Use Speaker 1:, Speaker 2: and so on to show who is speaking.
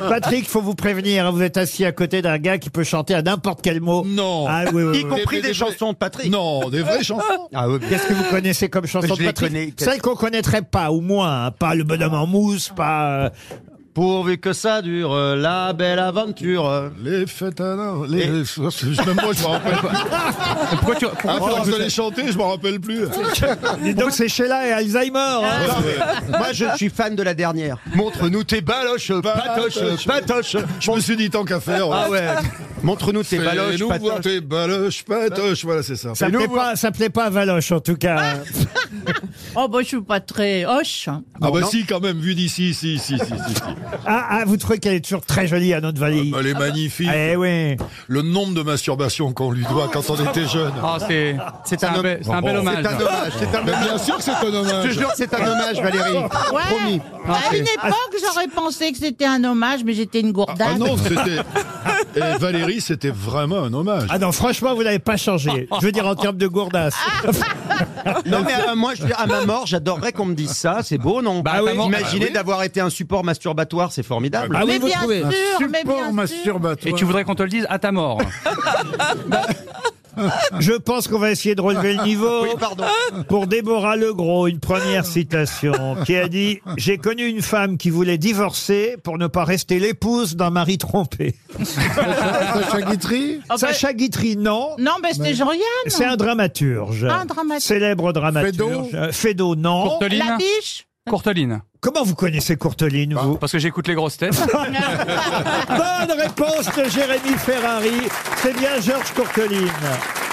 Speaker 1: Patrick, faut vous prévenir, vous êtes assis à côté d'un gars qui peut chanter à n'importe quel mot.
Speaker 2: Non.
Speaker 1: Ah oui, oui,
Speaker 3: Y
Speaker 1: oui.
Speaker 3: compris des chansons de Patrick.
Speaker 2: Non, des vraies chansons.
Speaker 3: Ah oui.
Speaker 1: Qu'est-ce que vous connaissez comme chanson
Speaker 3: Je
Speaker 1: de
Speaker 3: les
Speaker 1: Patrick?
Speaker 3: connais.
Speaker 1: Celle qu'on connaîtrait pas, ou moins. Hein. Pas le bonhomme en mousse, pas...
Speaker 3: Pourvu que ça dure, la belle aventure.
Speaker 2: Les fêtes à l'heure, même moi, je me rappelle pas.
Speaker 4: Pourquoi tu...
Speaker 2: À force de les chanter, je me rappelle plus.
Speaker 1: Donc c'est Sheila et Alzheimer. Hein.
Speaker 3: Moi, je suis fan de la dernière. Montre-nous tes baloches, patoches, patoches.
Speaker 2: Je me suis dit tant qu'à faire.
Speaker 3: Ah ouais. Montre-nous tes baloches,
Speaker 2: Fais-nous voir
Speaker 3: patoches.
Speaker 2: tes baloches, patoches. Voilà, c'est ça.
Speaker 1: Ça plaît pas à Valoche, en tout cas.
Speaker 5: Oh, bah, je suis pas très hoche.
Speaker 2: Ah bah si, quand même, vu d'ici, si.
Speaker 1: Vous trouvez qu'elle est toujours très jolie à notre Valérie?
Speaker 2: Elle est magnifique.
Speaker 1: Eh oui.
Speaker 2: Le nombre de masturbations qu'on lui doit quand on était jeune.
Speaker 4: Ah, c'est un bel hommage.
Speaker 3: C'est un hommage. C'est un
Speaker 2: Mais
Speaker 3: hommage.
Speaker 2: bien sûr que c'est un
Speaker 3: Je te
Speaker 2: hommage.
Speaker 3: jure, c'est un hommage, Valérie.
Speaker 5: Ouais.
Speaker 3: Promis.
Speaker 5: À une époque, j'aurais pensé que c'était un hommage, mais j'étais une gourdade.
Speaker 2: Ah non, c'était... Et Valérie, c'était vraiment un hommage.
Speaker 1: Ah non, franchement, vous n'avez pas changé. Je veux dire en termes de gourdasse.
Speaker 3: Non, mais moi, je veux dire, à ma mort, j'adorerais qu'on me dise ça. C'est beau, non?
Speaker 4: Bah oui.
Speaker 3: Imaginez d'avoir été un support masturbatoire, c'est formidable.
Speaker 1: Ah oui,
Speaker 5: Mais
Speaker 1: vous
Speaker 5: bien
Speaker 1: trouvez?
Speaker 5: sûr, mais bien sûr.
Speaker 2: masturbatoire.
Speaker 4: Et tu voudrais qu'on te le dise à ta mort.
Speaker 1: Je pense qu'on va essayer de relever le niveau.
Speaker 3: Oui, pardon.
Speaker 1: Pour Déborah Legros, une première citation qui a dit « J'ai connu une femme qui voulait divorcer pour ne pas rester l'épouse d'un mari trompé.
Speaker 2: Sacha Guitry »
Speaker 5: Oh, bah,
Speaker 1: Sacha Guitry, non.
Speaker 5: non, mais c'était Jean-Yann.
Speaker 1: C'est un dramaturge.
Speaker 5: Un dramaturge.
Speaker 1: Célèbre dramaturge. Fédo, non.
Speaker 4: Courteline.
Speaker 5: La biche.
Speaker 4: Courteline.
Speaker 1: Comment vous connaissez Courteline, vous?
Speaker 4: Parce que j'écoute les grosses têtes.
Speaker 1: Bonne réponse de Jérémy Ferrari. C'est bien Georges Courteline.